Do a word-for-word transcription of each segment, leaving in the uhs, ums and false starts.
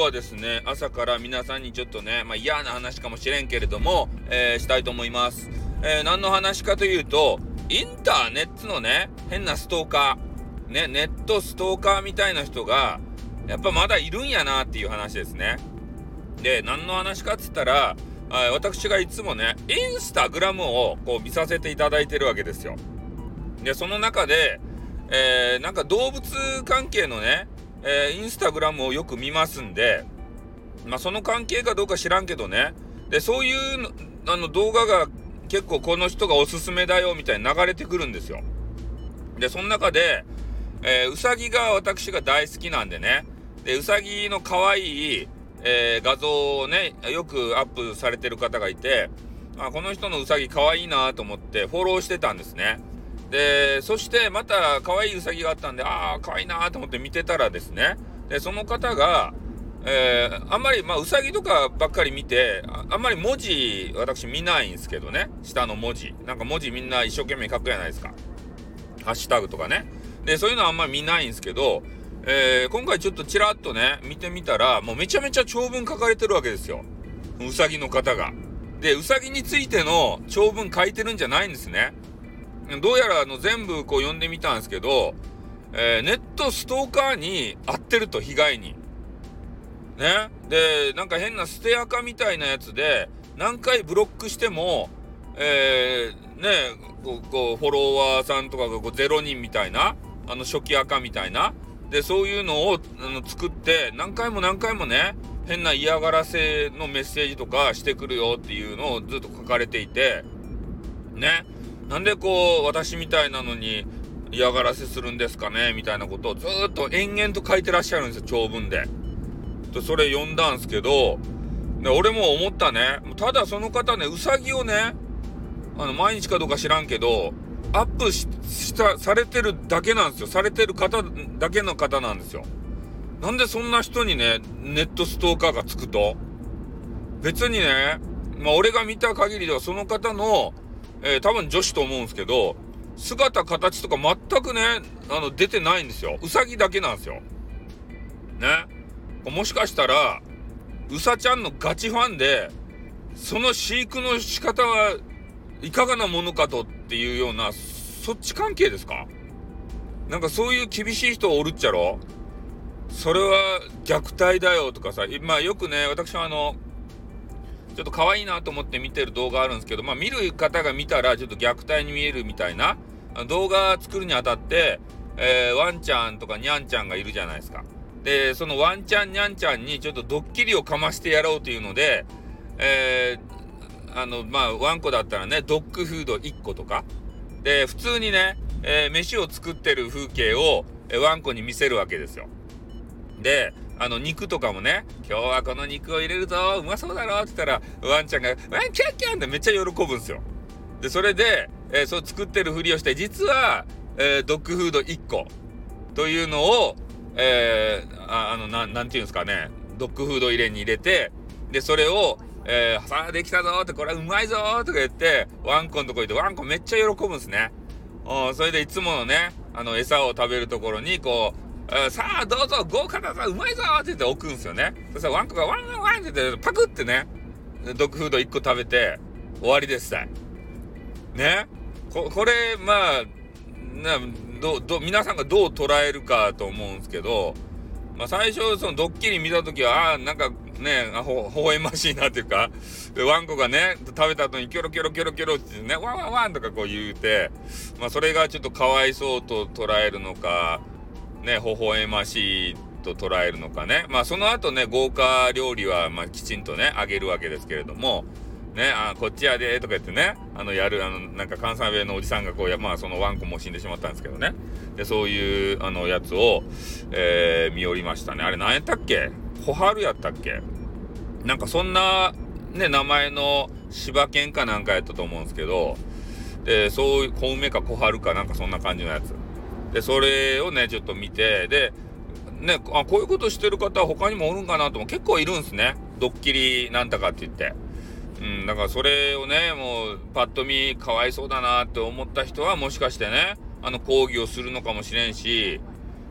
はですね、朝から皆さんにちょっとね、まあ嫌な話かもしれんけれども、えーしたいと思います。えー何の話かというと、インターネットのね、変なストーカー、ね、ネットストーカーみたいな人が、やっぱまだいるんやなっていう話ですね。で、何の話かっつったら、あ私がいつもね、インスタグラムをこう見させていただいてるわけですよ。で、その中で、えーなんか動物関係のね、えーインスタグラムをよく見ますんで、まあその関係かどうか知らんけどね。で、そういうのあの動画が結構この人がおすすめだよみたいに流れてくるんですよ。で、その中で、えーうさぎが私が大好きなんでね。で、うさぎの可愛い、えー画像をね、よくアップされてる方がいて、あ、この人のうさぎ可愛いなと思ってフォローしてたんですね。で、そしてまた可愛いうさぎがあったんで、ああ、可愛いなと思って見てたらですね、で、その方が、えーあんまり、まあ、うさぎとかばっかり見て、あ、あんまり文字、私見ないんですけどね、下の文字。なんか文字みんな一生懸命書くじゃないですか。ハッシュタグとかね。で、そういうのはあんまり見ないんですけど、えー今回ちょっとちらっとね、見てみたら、もうめちゃめちゃ長文書かれてるわけですよ。うさぎの方が。で、うさぎについての長文書いてるんじゃないんですね。どうやらあの全部こう読んでみたんですけど、えーネットストーカーに遭ってると、被害に。ね。で、なんか変な捨てアカみたいなやつで、何回ブロックしても、えー、ね、こう、こうフォロワーさんとかがこうゼロ人みたいな、あの初期アカみたいな。で、そういうのをあの作って、何回も何回もね、変な嫌がらせのメッセージとかしてくるよっていうのをずっと書かれていて、ね。なんでこう、私みたいなのに嫌がらせするんですかねみたいなことをずーっと延々と書いてらっしゃるんですよ、長文で。で、それ読んだんすけど、で、俺も思ったね。ただその方ね、うさぎをね、あの、毎日かどうか知らんけど、アップし、した、されてるだけなんですよ。されてる方だけの方なんですよ。なんでそんな人にね、ネットストーカーがつくと、別にね、まあ俺が見た限りではその方の、えー多分女子と思うんですけど、姿形とか全くね、あの出てないんですよ。うさぎだけなんですよ。ね。もしかしたら、うさちゃんのガチファンで、その飼育の仕方はいかがなものかとっていうような、そっち関係ですか？なんかそういう厳しい人おるっちゃろ？それは虐待だよとかさ、まあよくね、私はあの、ちょっと可愛いなと思って見てる動画あるんですけど、まあ見る方が見たらちょっと虐待に見えるみたいな、動画作るにあたって、えーワンちゃんとかニャンちゃんがいるじゃないですか。で、そのワンちゃんニャンちゃんにちょっとドッキリをかましてやろうというので、えーあの、まあ、ワンコだったらね、ドッグフードいっことか。で、普通にね、えー飯を作ってる風景を、えーワンコに見せるわけですよ。で、あの、肉とかもね、今日はこの肉を入れるぞ、うまそうだろって言ったら、ワンちゃんが、ワンキャンキャンってめっちゃ喜ぶんですよ。で、それで、えーそう作ってるふりをして、実は、えードッグフードいっこというのを、えーあ、あの、な、なんていうんですかね、ドッグフード入れに入れて、で、それを、えー、さあ、できたぞーって、これはうまいぞーとか言って、ワンコのとこ行って、ワンコめっちゃ喜ぶんですね。うん、それでいつものね、あの、餌を食べるところに、こう、えーさあ、どうぞ、豪華だぞ、うまいぞーって言って置くんですよね。そしたらワンコがワンワンワンって言って、パクってね、ドッグフードいっこ食べて、終わりですさい。ね。こ、これ、まあ、な、ど、ど、皆さんがどう捉えるかと思うんですけど、まあ最初、そのドッキリ見たときは、ああ、なんかね、あほ、微笑ましいなっていうか、でワンコがね、食べた後にキョロキョロキョロキョロってね、ワンワンワンとかこう言うて、まあそれがちょっとかわいそうと捉えるのか、ね、微笑ましいと捉えるのかね。まあその後ね、豪華料理はまあきちんとね、あげるわけですけれども、ね、あ、こっちやでとか言ってね、あの、やる、あの、なんか関西弁のおじさんがこう、や、まあ、そのワンコも死んでしまったんですけどね。で、そういう、あの、やつを、えー、見降りましたね。あれ、何やったっけ？小春やったっけ？なんか、そんな、ね、名前の柴犬かなんかやったと思うんですけど、で、そういう、小梅か小春かなんかそんな感じのやつ。で、それをね、ちょっと見て、で、ね、あ、こういうことしてる方は他にもおるんかなとも結構いるんですね。ドッキリなんだかって言って。うん、だからそれをね、もう、パッと見、かわいそうだなって思った人は、もしかしてね、あの、抗議をするのかもしれんし、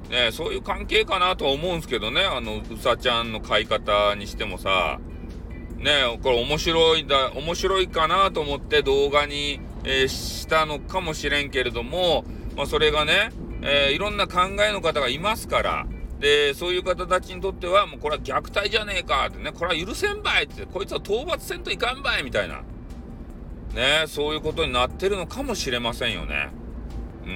ね、そういう関係かなとは思うんですけどね、あの、うさちゃんの飼い方にしてもさ、ね、これ面白いだ、面白いかなと思って動画に、えーしたのかもしれんけれども、まあ、それがね、えーいろんな考えの方がいますから、で、そういう方たちにとっては、もうこれは虐待じゃねえかってね、これは許せんばいって、こいつは討伐せんといかんばいみたいな、ね、そういうことになってるのかもしれませんよね。うん、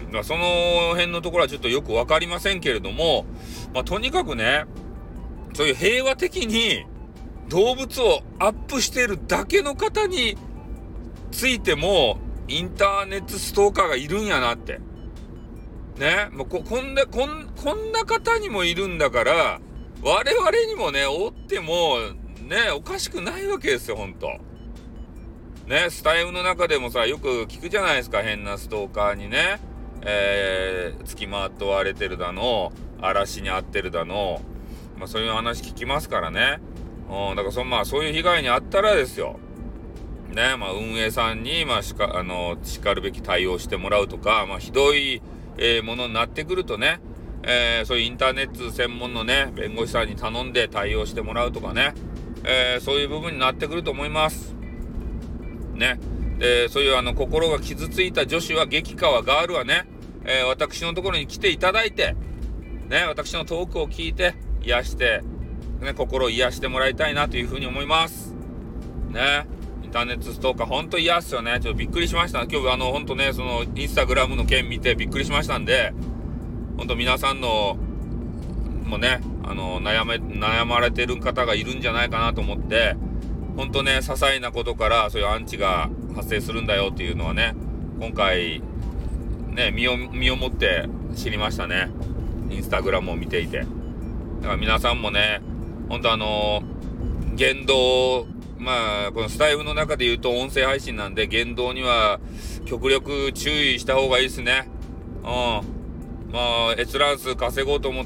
だからその辺のところはちょっとよくわかりませんけれども、まあ、とにかくね、そういう平和的に動物をアップしているだけの方についても、インターネットストーカーがいるんやなって。ね、もう こ, こんな、こん、こんな方にもいるんだから、我々にもね、おっても、ね、おかしくないわけですよ、ほんと。ね、スタイルの中でもさ、よく聞くじゃないですか、変なストーカーにね、えー、付きまとわれてるだの、嵐に遭ってるだの、まあそういう話聞きますからね。うん、だからそ、まあそういう被害に遭ったらですよ。ね、まあ運営さんに、まあしか、あの、叱るべき対応してもらうとか、まあひどい、えー、ものになってくるとね、えー、そういうインターネット専門のね、弁護士さんに頼んで対応してもらうとかね、えー、そういう部分になってくると思います。ね。で、そういうあの、心が傷ついた女子は、激川ガールはね、えー、私のところに来ていただいて、ね、私のトークを聞いて、癒して、ね、心を癒してもらいたいなというふうに思います。ね。インターネットストーカー、ほんと嫌っすよね。ちょっとびっくりしました。今日、あの、ほんとね、その、インスタグラムの件見てびっくりしましたんで、ほんと皆さんの、もね、あの、悩め、悩まれてる方がいるんじゃないかなと思って、ほんとね、些細なことからそういうアンチが発生するんだよっていうのはね、今回、ね、身を、身をもって知りましたね。インスタグラムを見ていて。だから皆さんもね、ほんとあの、言動、まあ、このスタイフの中で言うと音声配信なんで、言動には極力注意した方がいいですね。うん。まあ、閲覧数稼ごうと思って、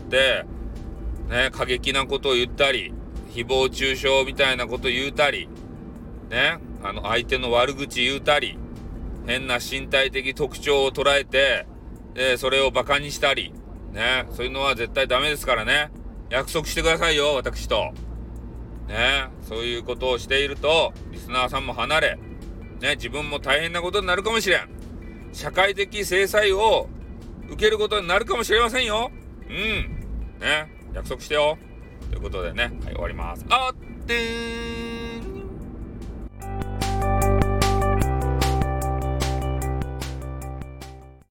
ね、過激なことを言ったり、誹謗中傷みたいなこと言うたり、ね、あの、相手の悪口言うたり、変な身体的特徴を捉えて、で、それをバカにしたり、ね、そういうのは絶対ダメですからね。約束してくださいよ、私と。ね、そういうことをしていると、リスナーさんも離れ、ね、自分も大変なことになるかもしれん。社会的制裁を受けることになるかもしれませんよ。うん。ね、約束してよ。ということでね、はい、終わります。あってーん。